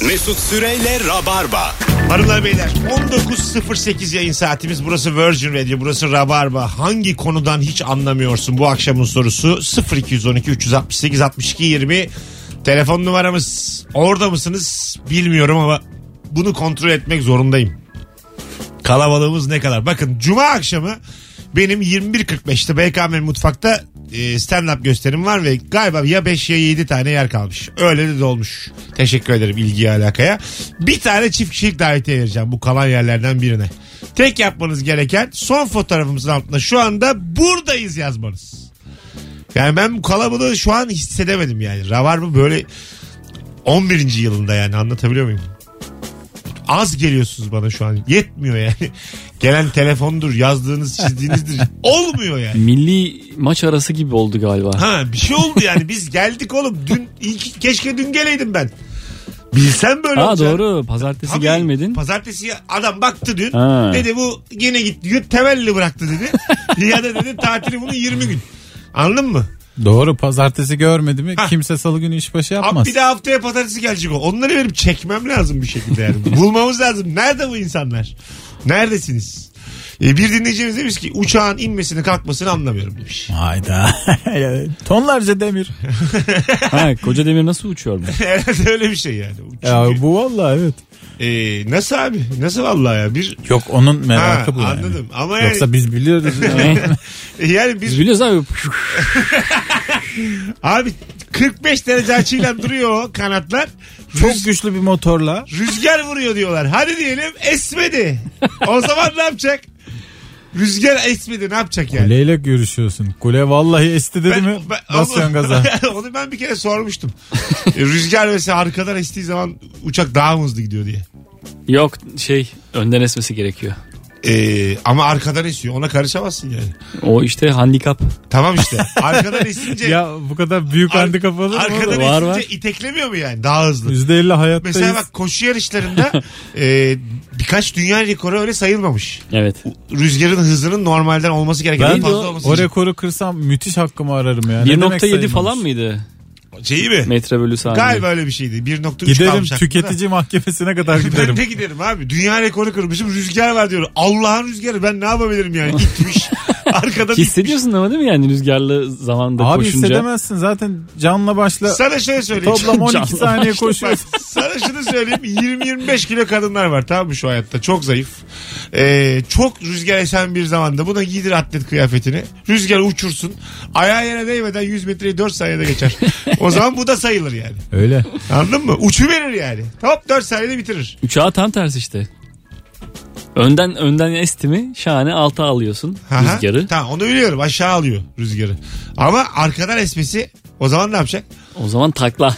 Mesut Süreyle Rabarba. Hanımlar beyler 19.08 yayın saatimiz. Burası Virgin Radio, burası Rabarba. Hangi konudan hiç anlamıyorsun bu akşamın sorusu? 0212 368 62 20 telefon numaramız. Orada mısınız bilmiyorum ama bunu kontrol etmek zorundayım. Kalabalığımız ne kadar? Bakın cuma akşamı benim 21.45'te BKM Mutfak'ta stand-up gösterim var ve galiba ya 5 ya 7 tane yer kalmış. Öyle de dolmuş. Teşekkür ederim ilgiye alakaya. Bir tane çift kişilik davetiye vereceğim bu kalan yerlerden birine. Tek yapmanız gereken son fotoğrafımızın altında şu anda buradayız yazmanız. Yani ben bu kalabalığı şu an hissedemedim yani. Rabarba böyle 11. yılında yani, anlatabiliyor muyum? Az geliyorsunuz bana şu an. Yetmiyor yani. Gelen telefondur, yazdığınız, çizdiğinizdir. Olmuyor yani. Milli maç arası gibi oldu galiba. Ha, bir şey oldu yani. Biz geldik oğlum. Keşke dün geleydim ben. Bilsem böyle olacak. Doğru. Pazartesi Tabii, gelmedin. Pazartesi adam baktı dün. Ha. Dedi bu yine gitti. Temelli bıraktı dedi. Ya da dedi tatili bunu 20 gün. Anladın mı? Doğru, pazartesi görmedi mi kimse salı günü işbaşı yapmaz. Abi bir de haftaya pazartesi gelecek o. Onları verip çekmem lazım bir şekilde yani. Bulmamız lazım. Nerede bu insanlar? Neredesiniz? Bir dinleyicimiz demiş ki uçağın inmesini kalkmasını anlamıyorum demiş. Hayda. Tonlarca demir. Koca demir nasıl uçuyor mu? Herhalde öyle bir şey yani. Çünkü, Ya bu vallahi evet. Nasıl abi? Nasıl vallahi ya? Yok onun merakı bu yani. Anladım. Ama yani... Yoksa biz biliyoruz. Yani Biz biliyoruz abi. Abi 45 derece açıyla duruyor o kanatlar. Çok güçlü bir motorla. Rüzgar vuruyor diyorlar. Hadi diyelim esmedi. O zaman ne yapacak? Rüzgar esmedi, ne yapacak yani? Kuleyle görüşüyorsun. Kule vallahi esti dedi mi basıyorsun gaza. Onu ben bir kere sormuştum. Rüzgar mesela arkadan estiği zaman uçak daha hızlı gidiyor diye. Yok önden esmesi gerekiyor. Ama arkadan esiyor, ona karışamazsın yani. O işte handikap. Tamam işte arkadan esince. Ya bu kadar büyük handikap olur mu? Arkadan Var. esince iteklemiyor mu yani daha hızlı? %50 hayattayız. Mesela bak koşu yarışlarında birkaç dünya rekoru öyle sayılmamış. Evet. Rüzgarın hızının normalden olması gereken Ben fazla olması o için. rekoru kırsam müthiş hakkımı ararım ya. 1.7 falan mıydı? Şeyi mi? Metre bölü saniye. Galiba öyle bir şeydi. 1.3 Giderim kalmış tüketici mahkemesine kadar giderim. Ben de giderim abi. Dünya rekoru kırmışım, rüzgar var diyor. Allah'ın rüzgarı, ben ne yapabilirim yani? İtmiş. Arkadan Hissediyorsun ama değil mi yani rüzgarlı zamanda Abi koşunca? hissedemezsin zaten canla başla. Sana şöyle söyleyeyim. Toplam 12 Canla saniye başla. koşuyorsun. Sana şunu söyleyeyim. 20-25 kilo kadınlar var tamam mı şu hayatta? Çok zayıf. Çok rüzgar esen bir zamanda buna giydir atlet kıyafetini. Rüzgar uçursun. Ayağı yere değmeden 100 metreyi 4 saniyede geçer. O zaman bu da sayılır yani. Öyle. Anladın mı? Uçuverir yani. Hop 4 saniyede bitirir. Uçağı tam tersi işte. Önden esti mi şahane alta alıyorsun Aha, rüzgarı. tamam onu biliyorum, aşağı alıyor rüzgarı. Ama arkadan esmesi o zaman ne yapacak? O zaman takla.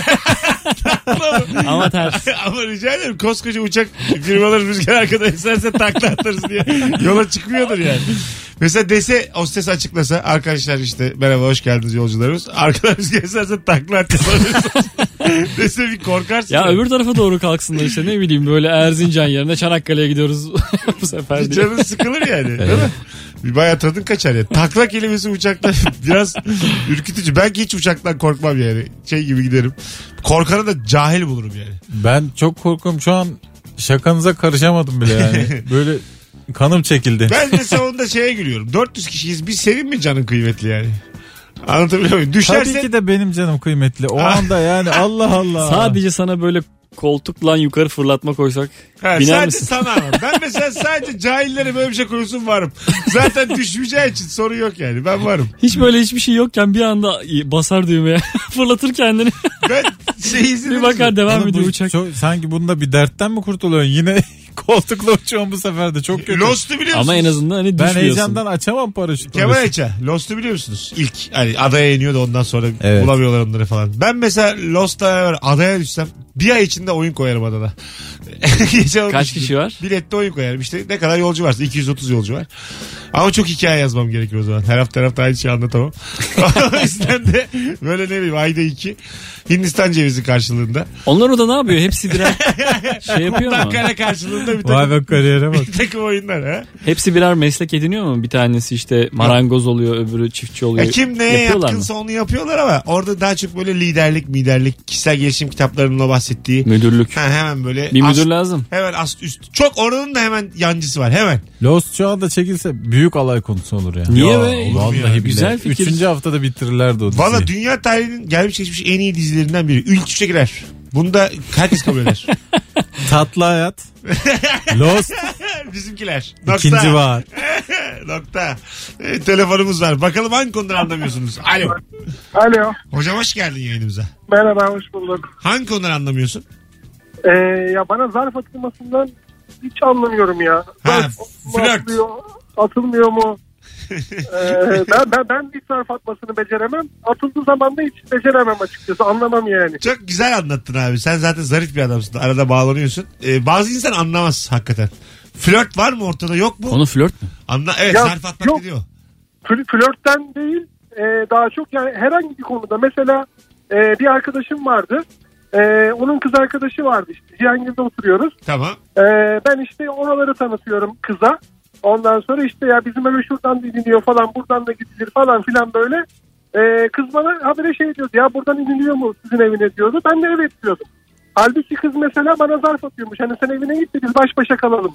Ama ters. Ama rica ederim koskoca uçak firmaları rüzgar arkadan eserse takla atarız diye yola çıkmıyordur yani. Mesela dese hostes açıklasa arkadaşlar işte merhaba hoş geldiniz yolcularımız. Arkadan rüzgar eserse takla atacağız. Dese bir korkarsın. Ya yani. öbür tarafa doğru kalksınlar işte ne bileyim böyle Erzincan yerine Çanakkale'ye gidiyoruz bu sefer diye. Canın sıkılır yani değil mi? Bir bayağı tadın kaçar ya. Takla kelimesi uçakta biraz ürkütücü. Belki hiç uçaktan korkmam yani. Şey gibi giderim. Korkanı da cahil bulurum yani. Ben çok korkuyorum şu an, şakanıza karışamadım bile yani. Böyle kanım çekildi. Ben mesela onda şeye gülüyorum. 400 kişiyiz. Bir senin mi canın kıymetli yani? Anlatabiliyor muyum? Düşersen... Tabii ki de benim canım kıymetli. O anda yani Allah Allah. Sadece sana böyle koltukla yukarı fırlatma koysak biner sadece misin? sana ama. Ben mesela sadece cahillere böyle bir şey koyuyorsun varım. Zaten düşmeyeceği için sorun yok yani. Ben varım. Hiç böyle hiçbir şey yokken bir anda basar düğmeye fırlatır kendini. Ben şey izledim. Bir bakar devam Oğlum ediyor bu uçak. sanki bunda bir dertten mi kurtuluyorsun? Yine koltukla uçuyorsun bu sefer de, çok kötü. Lost'u biliyor musunuz? Ama en azından hani Ben düşmüyorsun. heyecandan açamam paraşütü. Kemal Ayça. Lost'u biliyor musunuz? İlk hani adaya iniyor da ondan sonra Evet. bulamıyorlar onları falan. Ben mesela Lost'ta adaya düşsem bir ay içinde oyun koyarım adada. Kaç kişi var? Bilette oyun koyarım. İşte ne kadar yolcu varsa 230 yolcu var. Ama çok hikaye yazmam gerekir o zaman. Her hafta aynı şeyi anlatamam. O yüzden de böyle ne bileyim ayda 2 Hindistan cevizi karşılığında. Onlar da ne yapıyor? Hepsi birer şey yapıyor mu? Kare karşılığında bir Vay takım, be kariyere bak. bir takım oyunlar. Ha? Hepsi birer meslek ediniyor mu? Bir tanesi işte marangoz oluyor, öbürü çiftçi oluyor. Kim neye Yapıyorlar yatkınsa mı? onu yapıyorlar ama orada daha çok böyle liderlik, kişisel gelişim kitaplarında bahsettiği. Müdürlük. Hemen böyle. Bir müdür lazım. Hemen ast üst. Çok oranın da hemen yancısı var hemen. Lost Çağ'a da çekilse büyük alay konusu olur ya. Niye Ya, be? olur mu Vallahi ya? bile. Güzel fikir. 3. haftada bitirirlerdi o diziyi. Valla dünya tarihinin gelmiş geçmiş en iyi dizilerinden biri. İlk üçe girer. Bunu da herkes kabul eder. Tatlı Hayat. Lost. Bizimkiler. Nokta. İkinci var. Nokta. Telefonumuz var. Bakalım hangi konudan anlamıyorsunuz? Alo. Alo. Hocam hoş geldin yayınımıza. Merhaba, hoş bulduk. Hangi konudan anlamıyorsun? Ya bana zarf atılmasından hiç anlamıyorum ya. Ha, Zarf mı flört. atılıyor, atılmıyor mu? Ben hiç zarf atmasını beceremem. Atıldığı zaman da hiç beceremem açıkçası. Anlamam yani. Çok güzel anlattın abi. Sen zaten zarif bir adamsın. Arada bağlanıyorsun. Bazı insan anlamaz hakikaten. Flört var mı ortada, yok mu? Konu flört mü? Evet, Ya, zarf atmak yok. diyor. Flörtten değil, daha çok yani herhangi bir konuda. Mesela bir arkadaşım vardı. Onun kız arkadaşı vardı işte. Cihangir'de oturuyoruz. Tamam. Ben işte oraları tanıtıyorum kıza. Ondan sonra işte ya bizim eve şuradan iniliyor falan, buradan da gidilir falan filan böyle. Kız bana habire şey diyordu, ya buradan iniliyor mu sizin evine diyordu. Ben de evet diyordum. Halbuki kız mesela bana zarf atıyormuş. Hani sen evine git de biz baş başa kalalım.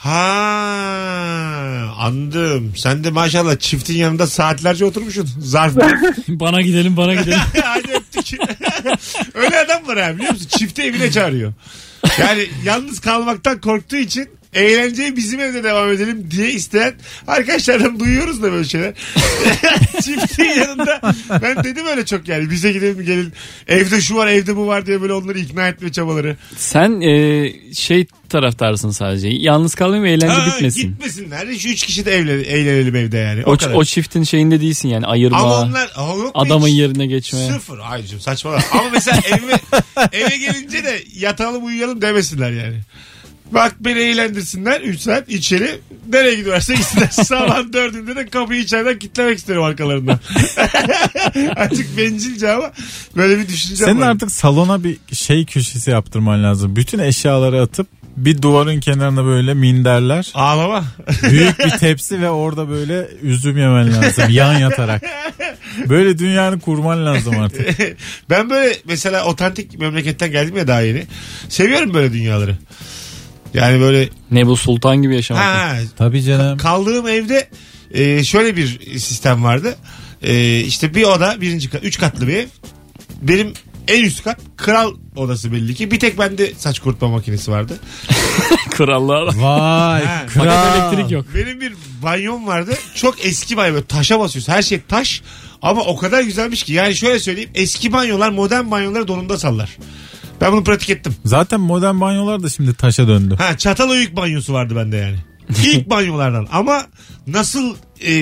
Anladım. Sen de maşallah çiftin yanında saatlerce oturmuşsun. Zarf. Bana gidelim. Hadi öptük. Öyle adam var abi, biliyor musun? Çifti evine çağırıyor. Yani yalnız kalmaktan korktuğu için eğlenceyi bizim evde devam edelim diye isteyen arkadaşlardan duyuyoruz da böyle şeyler. Çiftin yanında ben dedim öyle çok yani, bize gidelim gelin, evde şu var evde bu var diye böyle onları ikna etme çabaları. Sen şey taraftarsın sadece. Yalnız kalmayayım, eğlence bitmesin. Gitmesinler. Şu 3 kişi de eğlenelim evde yani. O çiftin şeyinde değilsin yani, ayırma. Ama onlar yok adamın hiç. yerine geçme. Sıfır. Ayrıca saçmalama. Ama mesela eve gelince de yatalım uyuyalım demesinler yani. Bak beni eğlendirsinler 3 saat içeri, nereye gidiyorlarsa gitsinler. Sabah 4'ünde de kapıyı içeriden kilitlemek isterim arkalarından. Artık bencilce ama böyle bir düşüncem Senin var. artık salona bir şey köşesi yaptırman lazım. Bütün eşyaları atıp bir duvarın kenarına böyle minderler. Ağlama. Büyük bir tepsi ve orada böyle üzüm yemen lazım yan yatarak. Böyle dünyanı kurman lazım artık. Ben böyle mesela otantik memleketten geldim ya daha yeni. Seviyorum böyle dünyaları. Yani böyle Ne bu, sultan gibi yaşamak. Tabii canım. Kaldığım evde şöyle bir sistem vardı. İşte bir oda, birinci kat, 3 katlı bir ev. Benim en üst kat kral odası belli ki. Bir tek bende saç kurutma makinesi vardı. Krallar. Vay Ha, Fakat kral. elektrik yok. Benim bir banyom vardı. Çok eski banyo. Böyle taşa basıyorsun. Her şey taş. Ama o kadar güzelmiş ki. Yani şöyle söyleyeyim. Eski banyolar modern banyoları donunda sallar. Ben bunu pratik ettim. Zaten modern banyolar da şimdi taşa döndü. Çatalhöyük banyosu vardı bende yani. İlk banyolardan. Ama nasıl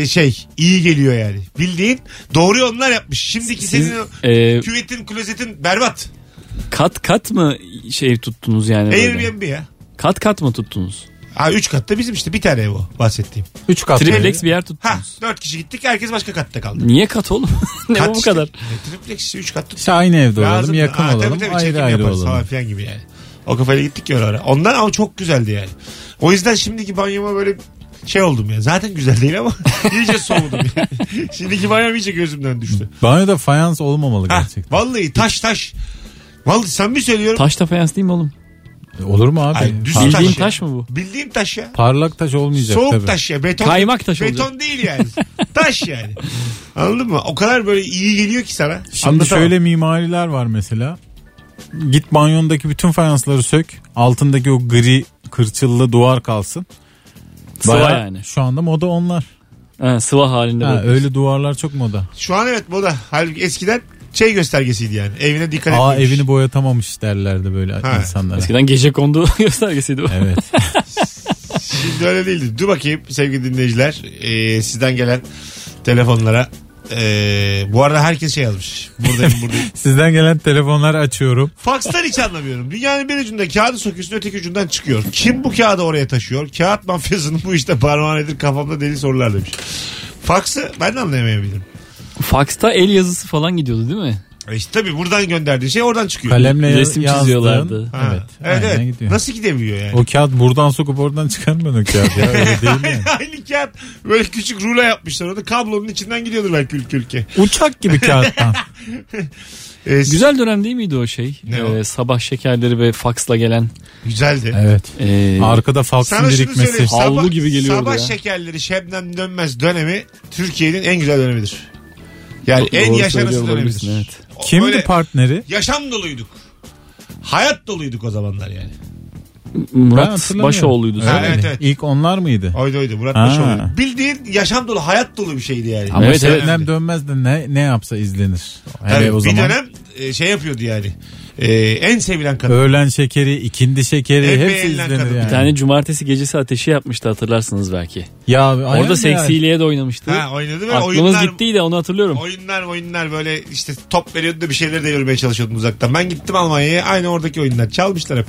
iyi geliyor yani. Bildiğin doğru onlar yapmış. Şimdiki senin küvetin, klozetin berbat. Kat mı şey tuttunuz yani? Airbnb ya. Kat mı tuttunuz? 3 katta bizim işte bir tane ev o bahsettiğim. 3 kat. Triplex bir yer tuttunuz. 4 kişi gittik, herkes başka katta kaldı. Niye kat oğlum? Ne bu işte. kadar? Triplex işte 3 kat tuttuk. İşte aynı evde olalım, Lazım. yakın olalım, tabii, ayrı çekim ayrı yaparız olalım. falan filan gibi yani. O kafayla gittik ya ara. Ondan ama çok güzeldi yani. O yüzden şimdiki banyoma böyle şey oldum ya. Zaten güzel değil ama iyice soğudum yani. Şimdiki banyom iyice gözümden düştü. Banyoda fayans olmamalı gerçekten. Vallahi taş. Vallahi samimi söylüyorum. Taş da fayans değil mi oğlum? Olur mu abi? Ay, düz Bildiğin taş ya. taş mı bu? Bildiğim taş ya. Parlak taş olmayacak Soğuk tabii. taş ya. Beton, Kaymak taş olacak. Beton değil yani. Taş yani. Anladın mı? O kadar böyle iyi geliyor ki sana. Şimdi Anlatamam. şöyle mimariler var mesela. Git banyondaki bütün fayansları sök. Altındaki o gri kırçıllı duvar kalsın. Sıva Bayağı yani. Şu anda moda onlar. Sıva halinde. Öyle duvarlar çok moda. Şu an evet moda. Halbuki eskiden göstergesiydi yani. Evine dikkat Aa etmemiş. evini boyatamamış derlerdi böyle insanlara. Eskiden gecekondu göstergesiydi bu. Evet. Şimdi öyle değildi. Dur bakayım sevgili dinleyiciler. Sizden gelen telefonlara. Bu arada herkes şey yazmış. Buradayım. Sizden gelen telefonları açıyorum. Fakstan hiç anlamıyorum. Dünyanın bir ucunda kağıdı sokuyorsun, öteki ucundan çıkıyor. Kim bu kağıdı oraya taşıyor? Kağıt mafyasının bu işte parmağı nedir, kafamda deli sorular demiş. Faksı ben de anlayamayabilirim. Faks'ta el yazısı falan gidiyordu değil mi? İşte tabii buradan gönderdiğin şey oradan çıkıyor. Kalemle Resim yazdığın- çiziyorlardı. Ha, Evet. evet. Gidiyor. Nasıl gidemiyor yani? O kağıt buradan sokup oradan çıkarmıyor o kağıt ya. Öyle değil yani. Aynı kağıt böyle küçük rulo yapmışlar orada. Kablonun içinden gidiyordur belki ülke. Uçak gibi kağıttan. Güzel dönem değil miydi o şey? Ne o? Sabah şekerleri ve faksla gelen. Güzeldi. Evet. e, Arkada faksın Sana şunu birikmesi. söyleyeyim. Havlu gibi geliyordu sabah ya. şekerleri Şebnem Dönmez dönemi Türkiye'nin en güzel dönemidir. Yani en Doğru yaşanası söylüyor olabilirsin, dönemidir. evet. O- Kimdi böyle partneri? yaşam doluyduk. Hayat doluyduk o zamanlar yani. Ben Murat hatırlamıyorum. Başoğlu'ydu. Ha, sanırım. evet, evet. İlk onlar mıydı? Oydu Murat Ha. Başoğlu. Bildiğin yaşam dolu, hayat dolu bir şeydi yani. Ama Evet, evet. Şebnem Dönmez de ne yapsa izlenir. Hele Tabii, o bir zaman. dönem şey yapıyordu yani. En sevilen kadın. Öğlen şekeri, ikindi şekeri En hepsi beğenilen izlenir kadın. yani. Bir tane cumartesi gecesi ateşi yapmıştı, hatırlarsınız belki. Ya, Orada seksiliğe de oynamıştı. Ha, oynadı ve Aklımız oyunlar, gitti de onu hatırlıyorum. oyunlar böyle işte top veriyordu da bir şeyleri devirmeye çalışıyordun uzaktan. Ben gittim Almanya'ya, aynı oradaki oyunlar çalmışlar hep.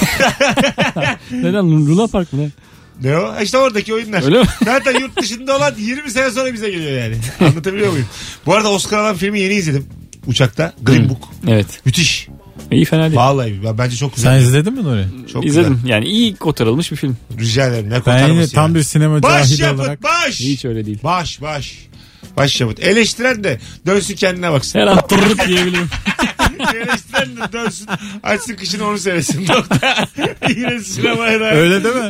Neden? Luna Park mı ne? Ne o? İşte oradaki oyunlar. Öyle mi? Zaten yurt dışında olan 20 sene sonra bize geliyor yani. Anlatabiliyor muyum? Bu arada Oscar alan filmi yeni izledim. Uçakta. Green Book. Evet. Müthiş. İyi, fena değil. Vallahi bence çok güzel. Sen izledin mi Nuri? Çok İzledim. güzel. Yani iyi kotarılmış bir film. Rica ederim. Ne Ben kurtarması yine tam ya. bir sinema Baş cahili yapıt olarak. baş. Hiç öyle değil. Baş. Baş yapıt. Eleştiren de dönsün kendine baksın. Her an tırırık diyebilirim. Eleştiren de dönsün. Açsın kışını onu seyretsin. Nokta. Yine sinemaya da. Öyle değil mi?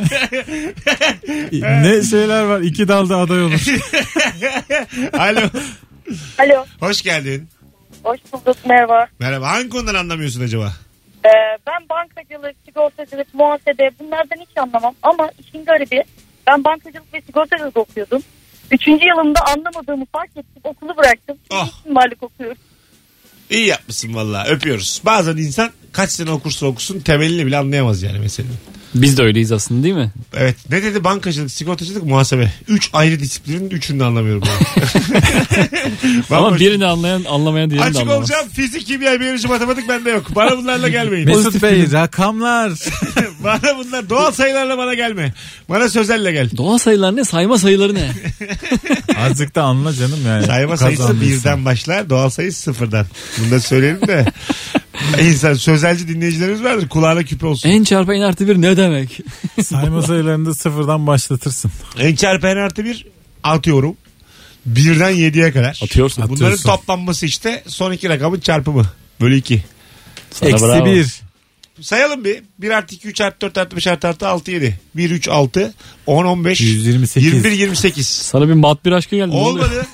Ne şeyler var. 2 dalda aday olur. Alo. Alo, Hoş geldin. hoş bulduk, merhaba. Merhaba. Hangi konudan anlamıyorsun acaba? Ben bankacılık, sigortacılık, muhasebe bunlardan hiç anlamam. Ama işin garibi, ben bankacılık ve sigortacılık okuyordum. 3. yılımda anlamadığımı fark ettim, okulu bıraktım. Oh. Şimdi mimarlık okuyorum. İyi yapmışsın valla. Öpüyoruz. Bazen insan kaç sene okursa okusun temelini bile anlayamaz yani meselenin. Biz de öyleyiz aslında, değil mi? Evet. Ne dedi? Bankacılık, sigortacılık, muhasebe. 3 ayrı disiplinin 3'ünü de anlamıyorum. Ama birini anlamayan diğerini de Açık anlamaz. olacağım. Fizik, kimya, biyoloji, matematik bende yok. Bana bunlarla gelmeyin. Mesut Bey rakamlar. Bana bunlar doğal sayılarla bana gelme. Bana sözelle gel. Doğal sayılar ne? Sayma sayıları ne? Azıcık da anla canım yani. Sayma sayısı Kazandıysan. birden başlar. Doğal sayısı sıfırdan. Bunu da söyleyelim de. İnsan sözelci dinleyicilerimiz vardır. Kulağına küpe olsun. En çarpı en artı bir ne demek? Sayma sayılarını da sıfırdan başlatırsın. En çarpı en artı bir atıyorum. 1'den 7'ye kadar. Atıyorsun. Bunların Atıyorsun. toplanması işte son iki rakamın çarpımı. Bölü 2. Sana bravo. -1. Sayalım bir. 1 artı 2, 3 artı 4 artı 5 artı 6, 7. 1, 3, 6, 10, 15, 128. 21, 28. Sana bir mat bir aşkı geldi. Ne oluyor? Olmadı.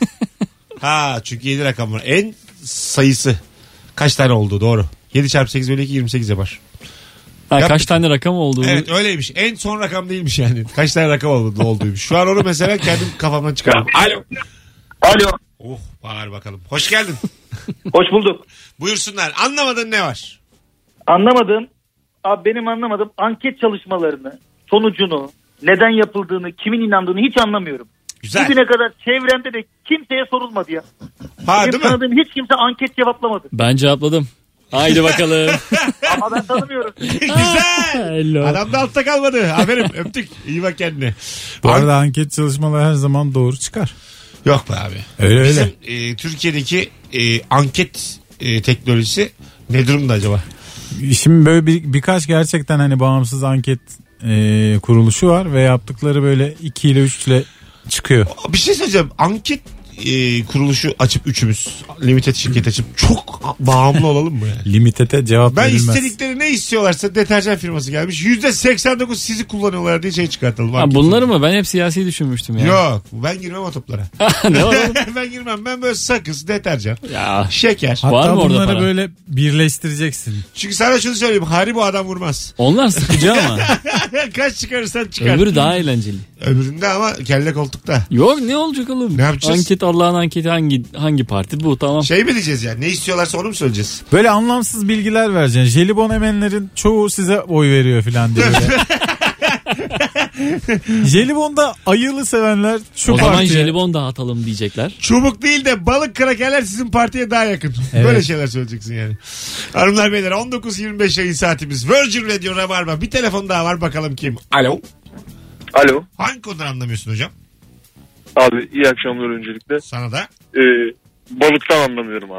Ha çünkü 7 rakam var. En sayısı kaç tane oldu doğru. 7 çarpı 8 bölü 2 28 yapar. Ha, Yaptık. kaç tane rakam oldu? Evet öyleymiş. En son rakam değilmiş yani. Kaç tane rakam olduğuymuş. Şu an onu mesela kendim kafamdan çıkardım. Alo. Alo. Oh bağır bakalım. Hoş geldin. Hoş bulduk. Buyursunlar. Anlamadın ne var? Anlamadım. Abi benim anlamadığım anket çalışmalarını, sonucunu, neden yapıldığını, kimin inandığını hiç anlamıyorum. Güzel. Bugüne kadar çevremde de kimseye sorulmadı ya. Ha Benim değil mi? tanıdığım hiç kimse anket cevaplamadı. Ben cevapladım. Haydi bakalım. Ama ben tanımıyorum. Güzel. Hello. Adam da altta kalmadı. Aferin öptük. İyi bak kendine. Bu arada anket çalışmaları her zaman doğru çıkar. Yok be abi. Öyle Bizim öyle. Türkiye'deki anket teknolojisi ne durumda acaba? Şimdi böyle birkaç gerçekten hani bağımsız anket kuruluşu var ve yaptıkları böyle 2 ile 3 ile çıkıyor. Bir şey söyleyeceğim. Anket kuruluşu açıp üçümüz limited şirket açıp çok bağımlı olalım mı yani? Limitete cevap Ben verilmez. istedikleri ne istiyorlarsa deterjan firması gelmiş. %89 sizi kullanıyorlar diye şey çıkartalım. Ha, bunları mı? Ben hep siyasi düşünmüştüm ya. Yok ben girmem o toplara. Ne var oğlum? Ben girmem. Ben böyle sakız, deterjan, Ya. şeker. Var Hatta mı orada bunları para? böyle birleştireceksin. Çünkü sana şunu söyleyeyim. Haribo adam vurmaz. Onlar sıkıcı ama. Kaç çıkarırsan çıkar. Öbürü daha eğlenceli. Öbüründe ama kelle koltukta. Yok, ne olacak oğlum? Ne yapacağız? Anket, Allah'ın anketi hangi parti bu, tamam. Şey mi diyeceğiz yani? Ne istiyorlarsa onu mu söyleyeceğiz? Böyle anlamsız bilgiler vereceksin. Jelibon emenlerin çoğu size oy veriyor falan diye böyle. Jelibonda ayılı sevenler şu O zaman partiye. jelibon dağıtalım diyecekler. Çubuk değil de balık krakerler sizin partiye daha yakın. Evet. Böyle şeyler söyleyeceksin yani. Hanımlar beyler 19.25 yayın saatimiz. Virgin Radio Rabarba. Bir telefon daha var bakalım kim? Alo. Alo. Hangi konudan anlamıyorsun hocam? Abi iyi akşamlar öncelikle. Sana da. Balıktan anlamıyorum abi.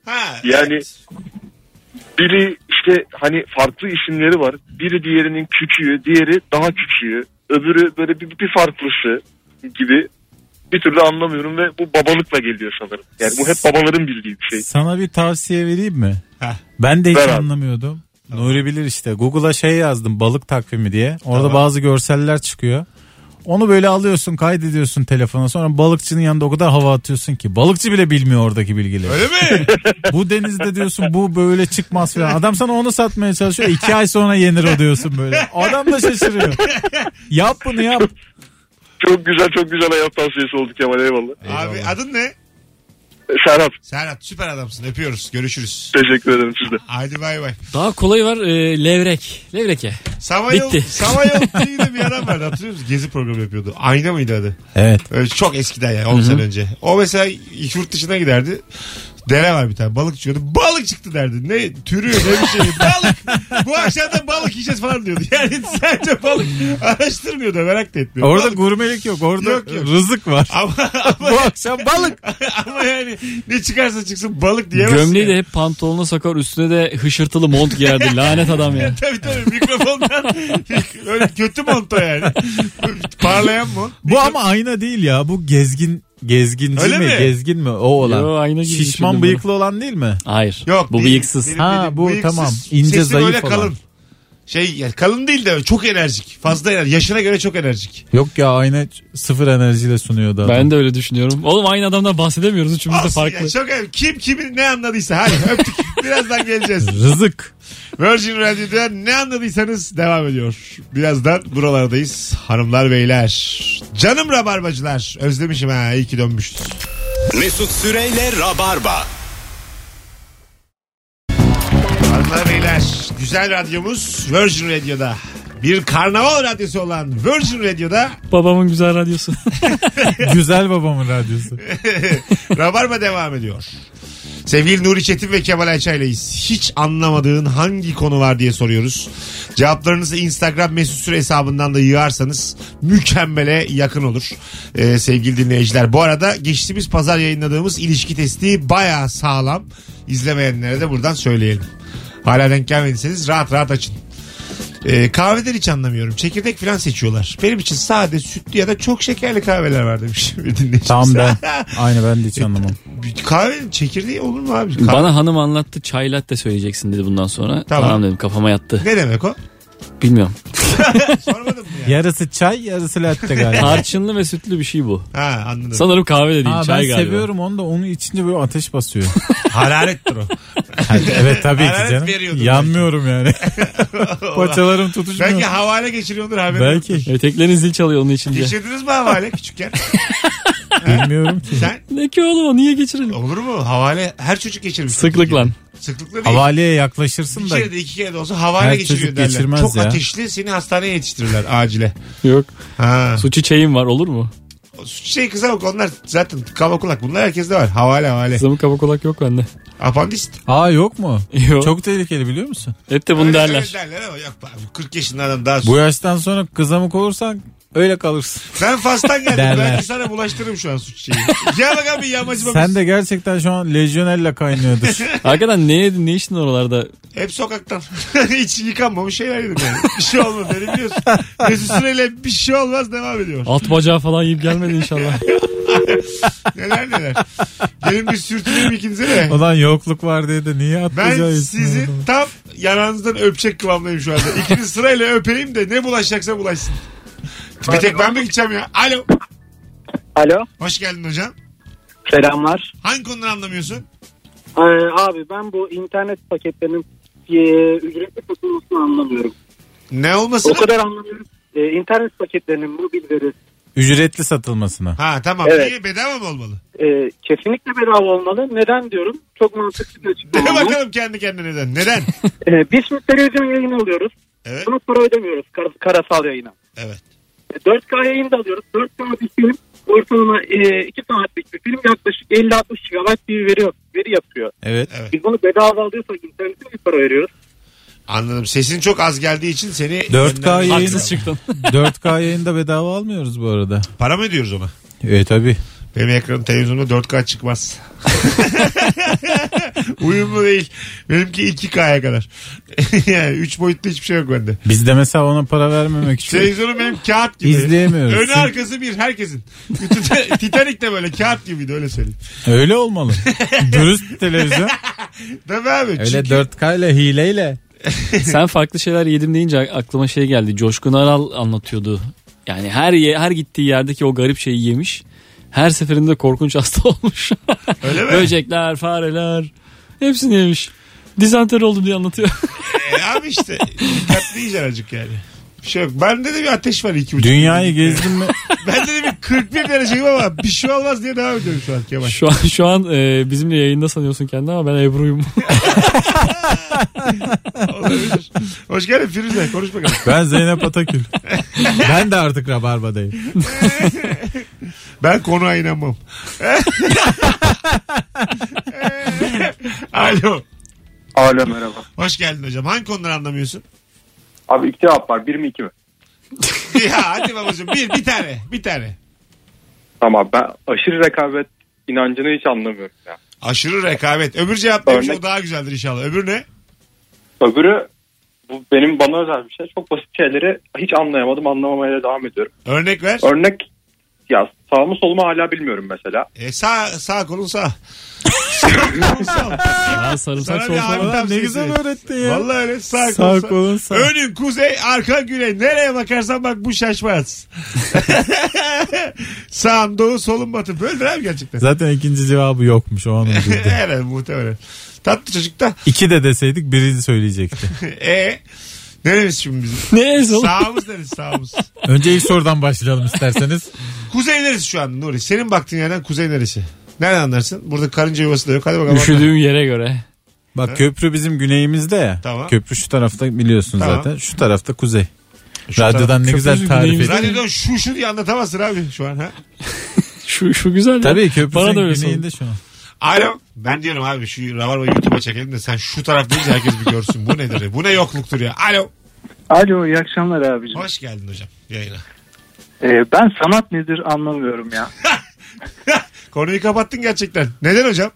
Ha, Yani evet. biri işte hani farklı isimleri var. Biri diğerinin küçüğü, diğeri daha küçüğü. Öbürü böyle bir farklısı gibi. Bir türlü anlamıyorum ve bu babalıkla geliyor sanırım. Yani bu hep babaların bildiği bir şey. Sana bir tavsiye vereyim mi? Heh. Ben de hiç Ver abi. anlamıyordum. Nuri bilir işte. Google'a şey yazdım, balık takvimi diye. Orada Tamam. bazı görseller çıkıyor. Onu böyle alıyorsun, kaydediyorsun telefona. Sonra balıkçının yanında o kadar hava atıyorsun ki. Balıkçı bile bilmiyor oradaki bilgileri. Öyle mi? Bu denizde diyorsun bu böyle çıkmaz falan. Adam sana onu satmaya çalışıyor. 2 ay sonra yenir o diyorsun böyle. Adam da şaşırıyor. Yap bunu yap. Çok güzel hayat tavsiyesi oldu Kemal, eyvallah. Abi adın ne? Serhat, Serhat, süper adamsın. Öpüyoruz. Görüşürüz. teşekkür ederim siz de. Haydi bay bay. Daha kolayı var, levrek. Levreke. Samanyolu Bitti. diye de bir adam vardı, hatırlıyor musun? Gezi programı yapıyordu. Ayna mıydı adı? Evet. Öyle çok eskiden yani 10 sene önce. O mesela yurt dışına giderdi. Dere var bir tane, balık çıkıyordu. Balık çıktı derdi. Ne türü ne bir şey. Balık. Bu akşam da balık yiyeceğiz falan diyordu. Yani sadece balık araştırmıyordu. Merak da etmiyor. Orada Balık. gurmelik yok. Orada Yok. rızık var. Ama Bu akşam balık. ama yani ne çıkarsa çıksın balık diyemezsin. Gömleği de yani. hep pantolonuna sakar, üstüne de hışırtılı mont giyerdi. Lanet adam ya. Tabii mikrofondan öyle kötü monto yani. Parlayan mont. Bu ama ayna değil ya. Bu gezginci Öyle mi? mi? Gezgin mi? O olan. Yo, ayna gibi Şişman düşündüm bıyıklı olan değil mi? Hayır. Yok, Bu değil. bıyıksız. Benim Ha, dediğim bu bıyıksız. tamam. İnce, Sesi zayıf böyle olan. kalın. Yani kalın değil de çok enerjik. Fazla enerjik. Yaşına göre çok enerjik. Yok ya, ayna sıfır enerjiyle sunuyordu adam. Ben de öyle düşünüyorum. Oğlum aynı adamdan bahsedemiyoruz. Üçümüz de Olsun farklı. ya, çok önemli. Kim kimin ne anladıysa. Hadi öptük. Birazdan geleceğiz. Rızık. Virgin Radio'da ne anladıysanız devam ediyor. Birazdan buralardayız. Hanımlar beyler. Canım rabarbacılar. Özlemişim ha. İyi ki dönmüştür. Mesut Süreyle Rabarba. Hanımlar beyler. Güzel radyomuz Virgin Radio'da. Bir karnaval radyosu olan Virgin Radio'da Babamın güzel radyosu. Güzel babamın radyosu. Rabarba devam ediyor. Sevgili Nuri Çetin ve Kemal Ayça'yleyiz. Hiç anlamadığın hangi konu var diye soruyoruz. Cevaplarınızı Instagram Mesut Süre hesabından da yığarsanız mükemmele yakın olur. Sevgili dinleyiciler. Bu arada geçtiğimiz pazar yayınladığımız ilişki testi bayağı sağlam. İzlemeyenlere de buradan söyleyelim. Hala denk gelmediyseniz rahat rahat açın. Kahveden hiç anlamıyorum. Çekirdek falan seçiyorlar. Benim için sade, sütlü ya da çok şekerli kahveler var demiş bir dinleyicimiz. Tam ben. Aynı ben de hiç anlamam. Kahvenin çekirdeği olur mu abi? Bana hanım anlattı, çay latte söyleyeceksin dedi bundan sonra. Tamam. Tamam dedim, kafama yattı. Ne demek o? Bilmiyorum. Sormadım mı ya? Yarısı çay, yarısı latte galiba. Tarçınlı ve sütlü bir şey bu. Ha, anladım. Sanırım kahve de değil, Ha, çay ben galiba. seviyorum onu da, onu içince böyle ateş basıyor. Hararettir o. Evet tabii ki Hararet canım. veriyordur Yanmıyorum yani. Paçalarım tutuşmuyor. Belki havale geçiriyordur haberin. Belki. yoktur. Eteklerin zil çalıyor onun içince. Geçirdiniz mi havale küçükken? Bilmiyorum ki. Sen? Ne ki oğlum, o niye geçirelim? Olur mu? Havale her çocuk geçirmiş. Sıklıkla. Sıklıkla değil. Havaleye Bir yaklaşırsın da. kere de 2 kere de olsa havale Her geçiriyor çocuk derler. geçirmez Çok ya. ateşli, seni hastaneye yetiştirirler acile. Yok. Ha. Su çiçeğim var, olur mu? Şey kıza bak, onlar zaten kaba kulak. Bunlar herkeste var. Havale. Kızımın kaba kulak yok bende. Apandist. Aa, yok mu? Yok. Çok tehlikeli biliyor musun? Hep de bunu Öyle derler. derler ama yok abi. 40 yaşında adam daha Bu yaştan sonra kızamık olursan öyle kalırsın. Ben Fas'tan geldim. Derler. Belki sana bulaştırırım şu an suç şeyi. Gel bakalım bir yamacıma. Sen de gerçekten şu an lejyonella kaynıyordur. Hakikaten ne yedin, ne içtin oralarda? Hep sokaktan. Hiç yıkanmamış şeyler yedim yani. Bir şey olmaz. Beni biliyorsun. Mesut Süreyle bir şey olmaz devam ediyor. Alt bacağı falan yiyip gelmedi inşallah. Neler. Gelin bir sürtüneyim ikinize de. Ulan yokluk var diye de niye atlayacaksın? Ben sizi tam yanağınızdan öpecek kıvamdayım şu anda. İkiniz sırayla öpeyim de ne bulaşacaksa bulaşsın. Bir tek ben mi gideceğim ya? Alo. Alo. Hoş geldin hocam. Selamlar. Hangi konuları anlamıyorsun? Abi ben bu internet paketlerinin ücretli satılmasını anlamıyorum. Ne olmasın? O kadar anlamıyorum. İnternet paketlerinin mobilleri Ücretli satılmasına. Ha tamam. Evet. Niye, bedava mı olmalı? kesinlikle bedava olmalı. Neden diyorum? Çok mantıklı bir De açıklama. bakalım kendi kendine neden. Neden? Biz şimdi televizyon yayını alıyoruz. Evet. Buna para ödemiyoruz karasal yayına. Evet. 4K yayın da alıyoruz. 4K bir film ortalama 2 saatlik bir film yaklaşık 50-60 GB bir veri yapıyor. Evet. Evet. Biz bunu bedava alıyorsak internete bir para veriyoruz. Anladım. Sesin çok az geldiği için seni 4K yayını, Haksız çıktın. 4K yayında bedava almıyoruz bu arada. para mı ödüyoruz ona? Evet tabii. Benim ekranım televizyonda 4K çıkmaz. Uyumlu değil. Benimki 2K'ya kadar. Yani 3 boyutlu hiçbir şey yok bende. Biz de mesela ona para vermemek için Televizyonum benim kağıt gibi. İzleyemiyoruz. Önü arkası bir herkesin. Titanic de böyle kağıt gibiydi öyle söyleyeyim. öyle olmalı. Dürüst bir televizyon. Tabii abi. Öyle çünkü... 4K ile hileyle. Sen farklı şeyler yedim deyince aklıma şey geldi. Coşkun Aral anlatıyordu. Yani her gittiği yerdeki o garip şeyi yemiş. Her seferinde korkunç hasta olmuş. Öyle mi? Böcekler, fareler hepsini yemiş. Dizanteri oldu diye anlatıyor. Abi işte dikkatli yiyeceksin azıcık yani. Bir şey yok. Bende de bir ateş var 2,5. Dünyayı gezdin mi? Bende de bir 41 dereceyim ama bir şey olmaz diye devam ediyorum şu an Kemal. Şu an bizimle yayında sanıyorsun kendini ama ben Ebru'yum. Olabilir. Hoş geldin Firuze. Konuş bakalım. Ben Zeynep Atakül. Ben de artık Rabarba'dayım. Ben konuğa inanmam. Alo. Alo merhaba. Hoş geldin hocam. Hangi konuları anlamıyorsun? Abi iki cevap var. Bir mi iki mi? Ya hadi babacığım bir tane. Tamam ben aşırı rekabet inancını hiç anlamıyorum ya. Aşırı rekabet. Öbür cevap neymiş? O daha güzeldir inşallah. Öbür ne? Öbürü bu benim bana özel bir şey. Çok basit şeyleri hiç anlayamadım. Anlamamaya devam ediyorum. Örnek ver. Örnek ya sağımı solumu hala bilmiyorum mesela. Sağ kolun sağ. Sarımsak Sana bir abi sofra. tavsiyesi. Ne güzel öğrettin ya. Vallahi öyle sağ kolun sağ. Önün kuzey arka güney. Nereye bakarsan bak bu şaşmaz. Sağım doğu solum batı. Böyledir abi gerçekten. Zaten ikinci cevabı yokmuş o an uydurdu. Evet muhtemelen. Tatlı çocuk da. 2 de deseydik birini söyleyecekti. Neremiz şimdi bizim? Neyiz oğlum? Sağımız neresi sağımız? Önce ilk sorudan başlayalım isterseniz. Kuzey neresi şu an Nuri? Senin baktığın yerden kuzey neresi? Nereden anlarsın? Burada karınca yuvası da yok. Hadi bakalım. Üşüdüğüm yere göre. Bak köprü bizim güneyimizde ya. Tamam. Köprü şu tarafta biliyorsun Tamam. zaten. Şu tarafta kuzey. Şu Radyodan ne güzel Köprüsü tarif güneyimizde. ediyor. Radyodan şu diye anlatamazsın abi şu an. Ha? Şu güzel. Tabii Bana da köprüsün öyle güneyinde şu an. Alo. Ben diyorum abi şu Rabarba YouTube'a çekelim de sen şu taraf deyince herkes bir görsün. Bu nedir? Bu ne yokluktur ya? Alo. Alo iyi akşamlar abicim. Hoş geldin hocam yayına. Ben sanat nedir anlamıyorum ya. Konuyu kapattın gerçekten. Neden hocam?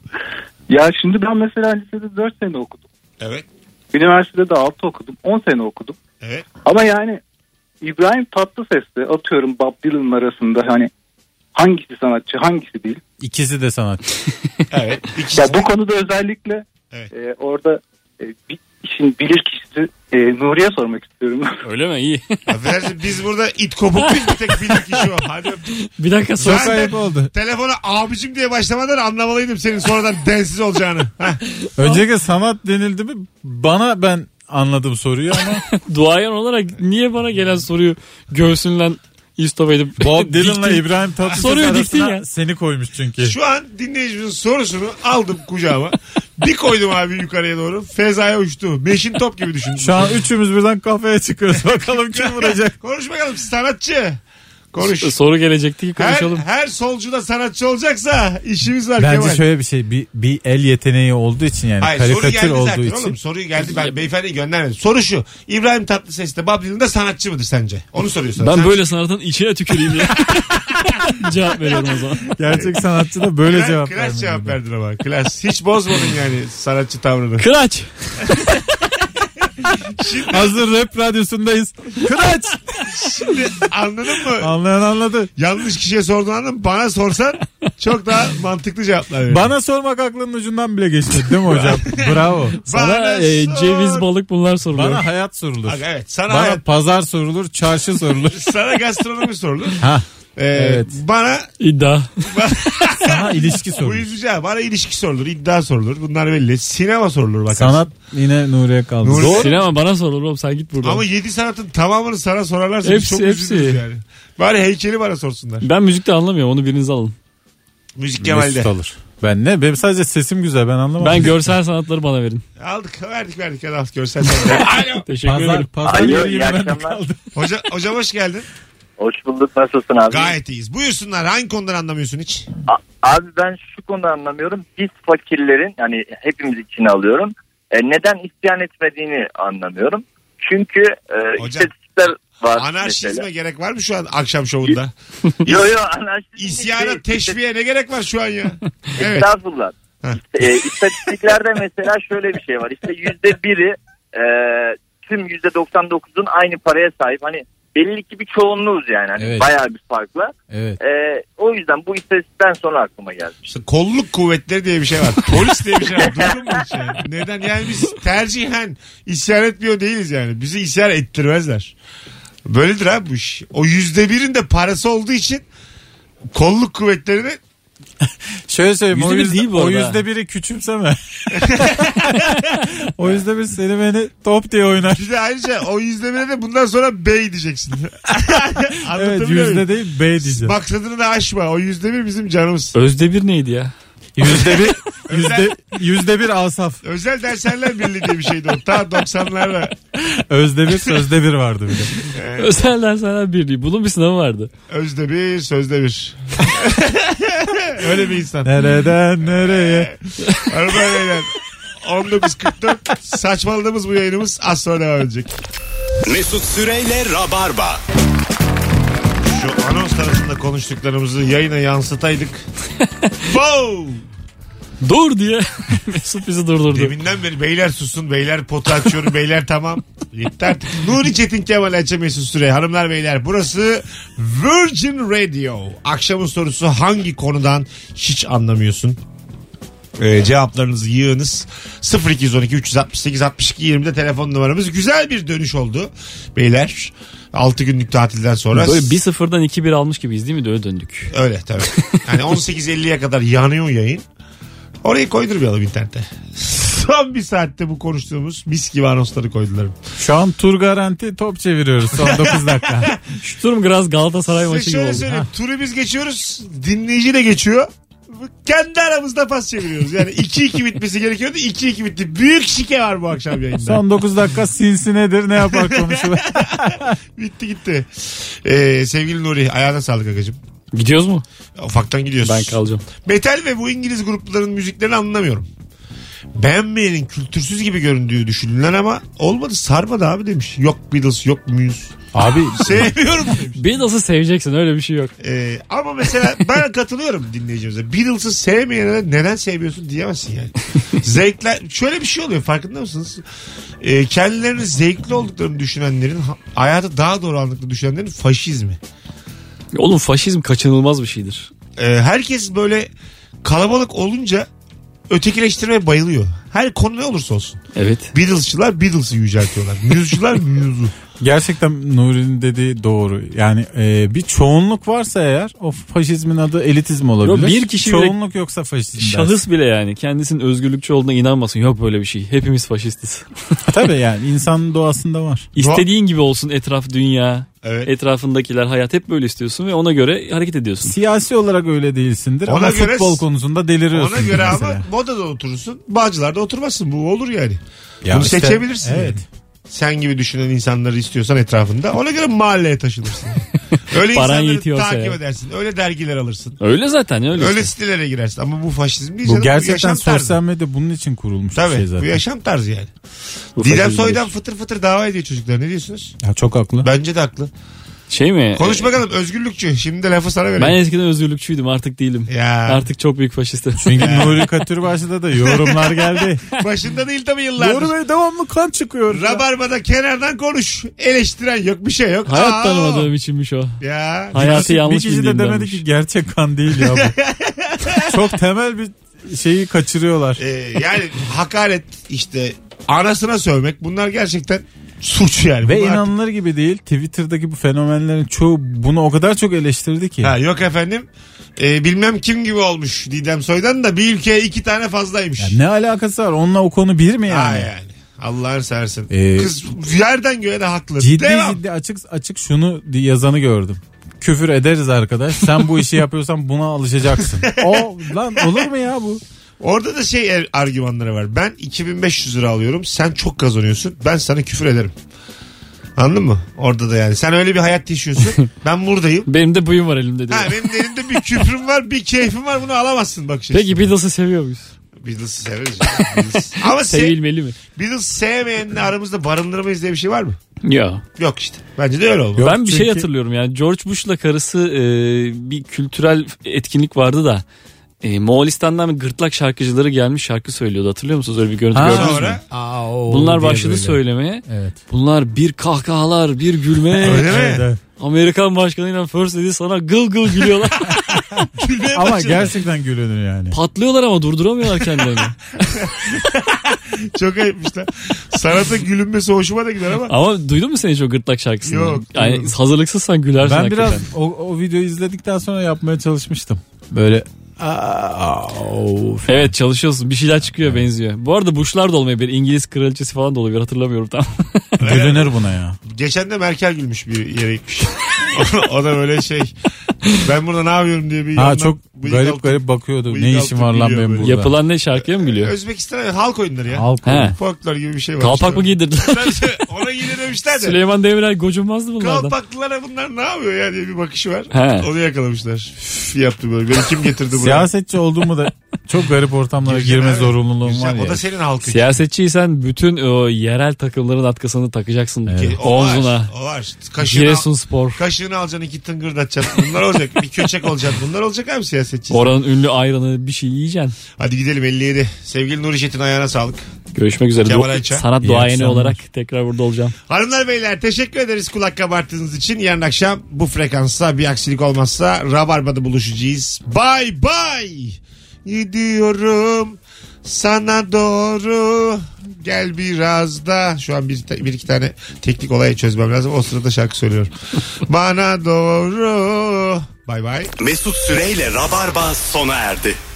Ya şimdi ben mesela lisede 4 sene okudum. Evet. Üniversitede de 6 okudum. 10 sene okudum. Evet. Ama yani İbrahim Tatlıses'le atıyorum Bob Dylan arasında hani hangisi sanatçı hangisi değil. İkisi de sanatçı. Evet. Ya bu konuda özellikle Evet. orada bir işin bilir kişisi Nuri'ye sormak istiyorum. Öyle mi? İyi. Affedersin biz burada it kopuk biz bir tek bilir kişi o. Hadi öptüm. Bir dakika Çok Zaten ayıp oldu. telefona abicim diye başlamadan anlamalıydım senin sonradan densiz olacağını. Heh. Öncelikle sanat denildi mi bana ben anladım soruyu ama duayen olarak niye bana gelen soruyu göğsünden istop edip Bob Dylan'la diktin? İbrahim Tatlıses Soruyu diktin arasına ya. seni koymuş çünkü. Şu an dinleyicimizin sorusunu aldım kucağıma. Bir koydum abi yukarıya doğru. Fezaya uçtu. Meşin top gibi düşün. Şu an üçümüz birden kafeye çıkıyoruz. Bakalım kim vuracak. Konuş bakalım sanatçı. Konuş. Soru gelecekti ki konuşalım. Her solcu da sanatçı olacaksa işimiz var Bence Kemal. şöyle bir şey bir el yeteneği olduğu için yani Hayır, soru karikatür geldi olduğu zaten için. oğlum. Soru geldi ben beyefendiyi göndermedim. Soru şu. İbrahim Tatlıses'te Bob Dylan da sanatçı mıdır sence? Onu soruyorsun. Ben Sen- böyle sanatın içine tüküreyim ya. Cevap veriyorum o zaman. Gerçek sanatçı da böyle Klas- cevap Klas cevap vermiyor. verdin ama. Klas. Hiç bozmadın yani sanatçı tavrını. Kıraç. Hazır rap radyosundayız. Kıraç. Şimdi anladın mı? Anlayan anladı. Yanlış kişiye sorduğun anladın. Bana sorsan çok daha mantıklı cevaplar verir. Bana sormak aklının ucundan bile geçmedi değil mi hocam? Bravo. Sana Bana sor. ceviz balık bunlar soruluyor. Bana hayat sorulur. Bak, evet sana Bana hayat, pazar sorulur, çarşı sorulur. sana gastronomi sorulur. Ha, evet. Bana İddia. Sana ilişki bu sorulur. üzücü. Bana ilişki sorulur, iddia sorulur. Bunlar belli. Sinema sorulur bakarsın. Sanat yine Nuri'ye kaldı. Nuri- Doğru. Sinema bana sorulur oğlum sen git buradan. Ama 7 sanatın tamamını sana sorarlarsa biz Hepsi, çok hepsi. üzülürüz yani. Bari heykeli bana sorsunlar. Ben müzikte anlamıyorum onu biriniz alın. Müzik Mesut Kemal'de. alır. Ben ne? Benim sadece sesim güzel ben anlamadım. Ben görsel sanatları bana verin. Aldık verdik. Hadi al görsel sanatları. Alo. Teşekkür Pazar, ederim. pazar Alo, yeri iyi yine bende akşamlar. kaldı. Hocam hoş geldin. Hoş bulduk, nasılsın abi? Gayet iyiyiz. Buyursunlar. Hangi konudan anlamıyorsun hiç? Abi ben şu konuda anlamıyorum. Biz fakirlerin, yani hepimiz için alıyorum. Neden isyan etmediğini anlamıyorum. Çünkü Hocam, istatistikler var. Anarşizme mesela. gerek var mı şu an akşam şovunda? Yo anarşizm İsyana değil. teşviğe ne gerek var şu an ya? Evet. Estağfurullah. İstatistiklerde mesela şöyle bir şey var. İşte %1'i tüm %99'un aynı paraya sahip. Hani belli ki bir çoğunluğuz yani. Hani Evet. bayağı bir farkla. Evet. O yüzden bu istatistikten sonra aklıma geldi. İşte kolluk kuvvetleri diye bir şey var. Polis diye bir şey var. Duydun mu hiç yani? Neden? Yani biz tercihen isyan etmiyor değiliz yani. Bizi isyan ettirmezler. Böyledir abi bu iş. O %1'in de parası olduğu için kolluk kuvvetlerini Şöyle söyleyeyim. %1 değil bu O arada. %1'i küçümseme. O %1 seni beni top diye oynar. bir de ayrıca o %1'e de bundan sonra bey diyeceksin. Evet, Anlatabiliyor muyum? yüzde değil B diyeceğim. Maksadını da aşma. O %1 bizim canımız. Özdemir neydi ya? %1 Asaf. Özel dershanlar birliği diye bir şeydi o. Ta 90'larda. Özde bir sözde bir vardı bir de. Özel dersler birliği. Bunun bir sınavı vardı. Özde bir, sözde bir. Öyle bir insan. Nereden nereye? Araba beyler. 19.44 saçmaladığımız bu yayınımız az sonra devam edecek. Mesut Süreyle Rabarba. Şu anons arasında konuştuklarımızı yayına yansıtaydık. Wow! Dur diye Mesut bizi durdurdu. Deminden beri beyler susun, beyler potu açıyorum, beyler tamam. Yeter artık. Nuri Çetin Kemal Ayça Mesut Süre. Hanımlar beyler burası Virgin Radio. Akşamın sorusu hangi konudan hiç anlamıyorsun? Cevaplarınızı yığınız 0212 368 62 20'de telefon numaramız. Güzel bir dönüş oldu beyler 6 günlük tatilden sonra. Böyle 1-0'dan 2-1 almış gibiyiz değil mi? De öyle döndük. Öyle tabii. Yani 18.50'ye kadar yanıyor yayın. Orayı koydurmayalım internete. Son bir saatte bu konuştuğumuz mis gibi anonsları koydular. Şu an tur garanti top çeviriyoruz son 9 dakika. Şu durum biraz Galatasaray maçı Size gibi şöyle oldu. söyleyeyim. Turu biz geçiyoruz. Dinleyici de geçiyor. Kendi aramızda pas çeviriyoruz. Yani 2-2 bitmesi gerekiyordu. 2-2 bitti. Büyük şike var bu akşam yayında. Son 9 dakika sinsi nedir ne yapar konuşulur. Bitti gitti. Sevgili Nuri ayağına sağlık agacığım. Gidiyoruz mu? Ufaktan gidiyoruz. Ben kalacağım. Metal ve bu İngiliz grupların müziklerini anlamıyorum. Beğenmeyenin kültürsüz gibi göründüğü düşünülen ama olmadı sarmadı abi demiş. Yok Beatles yok Muse. Abi Sevmiyorum demiş. Beatles'ı seveceksin öyle bir şey yok. Ama mesela ben katılıyorum dinleyicimize. Beatles'ı sevmeyene neden sevmiyorsun diyemezsin yani. Zevkler şöyle bir şey oluyor farkında mısınız? Kendilerinin zevkli olduklarını düşünenlerin hayatı daha doğru anlıklı düşünenlerin faşizmi. Oğlum faşizm kaçınılmaz bir şeydir. Herkes böyle kalabalık olunca ötekileştirmeye bayılıyor. Her konu ne olursa olsun. Evet. Beatles'çılar Beatles'ı yüceltiyorlar. Muse'cular Muse'u. gerçekten Nuri'nin dediği doğru. Yani bir çoğunluk varsa eğer o faşizmin adı elitizm olabilir. Yok, bir kişi çoğunluk yoksa faşizm şahıs dersin. bile yani kendisinin özgürlükçü olduğuna inanmasın. Yok böyle bir şey. Hepimiz faşistiz. Tabii yani insanın doğasında var. İstediğin gibi olsun etraf, dünya, Evet. etrafındakiler, hayat hep böyle istiyorsun ve ona göre hareket ediyorsun. Siyasi olarak öyle değilsindir Ona ama göre- futbol konusunda deliriyorsun. Ona göre mesela. ama modada oturursun. Bağcılar'da oturmazsın. Bu olur yani. Ya Bunu işte, seçebilirsin. evet. Yani. Sen gibi düşünen insanları istiyorsan etrafında. Ona göre mahalleye taşınırsın. Öyle Paran insanları yetiyorsa takip ya. edersin. Öyle dergiler alırsın. Öyle zaten öyle. Öyle işte. sitelere girersin. Ama bu faşizm değil Bu canım. gerçekten yaşam tarzı. sosyal medya bunun için kurulmuş bir Tabii. şey Bu zaten. yaşam tarzı yani. Bu Didem faşizmdir. Soy'dan fıtır fıtır dava ediyor çocuklar. Ne diyorsunuz? Ya çok haklı. Bence de haklı. Şey mi? Konuş bakalım özgürlükçü. Şimdi de lafı sana Ben vereyim. eskiden özgürlükçüydüm artık değilim. Ya. Artık çok büyük faşistim. Çünkü Nuri Katürbaşı'da da yorumlar geldi. Başında değil tabii yıllardır. Nuri Bey devamlı kan çıkıyor. Rabarba'da kenardan konuş. Eleştiren yok bir şey yok. Hayat Aa, tanımadığım içinmiş o. Ya. Hayatı yanlış Bir kişi de bildiğimdenmiş. demedi ki gerçek kan değil ya bu. Çok temel bir şeyi kaçırıyorlar. Yani hakaret işte anasına sövmek bunlar gerçekten suç yani. Ve Bunlar- inanılır gibi değil. Twitter'daki bu fenomenlerin çoğu bunu o kadar çok eleştirdi ki. Ha, yok efendim bilmem kim gibi olmuş Didem Soy'dan da bir ülkeye 2 tane fazlaymış. Ya ne alakası var? Onunla o konu bir mi Ha yani? yani. Allah'ını seversin. Ee, Kız yerden göğe de haklı. Ciddi Devam. ciddi açık şunu yazanı gördüm. Küfür ederiz arkadaş. Sen bu işi yapıyorsan buna alışacaksın. O lan olur mu ya bu? Orada da argümanları var. Ben 2500 lira alıyorum. Sen çok kazanıyorsun. Ben sana küfür ederim. Anladın mı? Orada da yani. Sen öyle bir hayat yaşıyorsun. Ben buradayım. Benim de buyum var elimde diyor. Ha, benim de elimde bir küfrüm var, bir keyfim var. Bunu alamazsın bak şimdi. Peki Beatles'ı seviyor muyuz? Beatles'ı severiz. Ya. Beatles. Ama Sevilmeli mi? Beatles sevmeyenle aramızda barındırmayız diye bir şey var mı? Yok. Yok işte. Bence de öyle oldu. Yok, Ben bir şey çünkü- hatırlıyorum yani George Bush'la karısı bir kültürel etkinlik vardı da Moğolistan'dan bir gırtlak şarkıcıları gelmiş şarkı söylüyordu. Hatırlıyor musunuz? Öyle bir görüntü gördünüz mü? Sonra Bunlar başladı söylemeye. Evet. Bunlar bir kahkahalar, bir gülme. öyle mi? Evet. Amerikan başkanıyla First Lady sana gıl gıl gülüyorlar. Gülmeye Ama başladı. gerçekten gülünür yani. Patlıyorlar ama durduramıyorlar kendilerini. Çok ayıpmışlar. Sanata gülünmesi hoşuma da gider ama. Ama duydun mu sen hiç o gırtlak şarkısını? Yok, Yani duymadım. hazırlıksızsan gülersin Ben hakikaten. biraz o videoyu izledikten sonra yapmaya çalışmıştım. Böyle Evet çalışıyorsun. Bir şeyler çıkıyor benziyor. Bu arada Bush'lar da olmayabilir. İngiliz kraliçesi falan da olabilir. Hatırlamıyorum tam. gülünür buna ya. Geçen de Merkel gülmüş bir yere gitmiş. O da böyle şey. Ben burada ne yapıyorum diye bir Ha yandan çok bıyık garip altı- garip bakıyordu. bıyık Ne altı işim var lan gülüyor benim böyle. burada. Yapılan ne, şarkıya mı gülüyor? Özbekistan halk oyunları ya. Halk He. Folklor gibi bir şey var. Kalpak işte. mı giydirdiler? Ona yine demişler de. Süleyman Demirel gocunmazdı bunlardan. Kalpaklılara bunlar ne yapıyor ya diye bir bakışı var. He. Onu yakalamışlar. Üf, yaptı böyle. Beni kim getirdi buraya? Siyasetçi olduğumu da çok garip ortamlara Gireceğim, girme evet. zorunluluğum Gireceğim. var O da ya. senin halkın. Siyasetçiysen bütün o yerel takımların atkısını takacaksın O var. omzuna. O var. Kaşığını, Giresunspor. kaşığını alacaksın, 2 tıngırdatacaksın. Bunlar olacak. Bir köçek olacak. Bunlar olacak abi siyasetçi. Oranın ünlü ayranı bir şey yiyeceksin. Hadi gidelim 57. Sevgili Nuri Çetin ayağına sağlık. Görüşmek üzere. Kemal Ayça. Sanat İyi duayeni akşamlar. olarak tekrar burada olacağım. Hanımlar beyler teşekkür ederiz kulak kabarttığınız için. Yarın akşam bu frekansta bir aksilik olmazsa Rabarba'da buluşacağız. Bye bye. Gidiyorum sana doğru. Gel biraz da. Şu an bir iki tane teknik olayı çözmem lazım. O sırada şarkı söylüyorum. Bana doğru. Bye bye. Mesut Süreyle Rabarba sona erdi.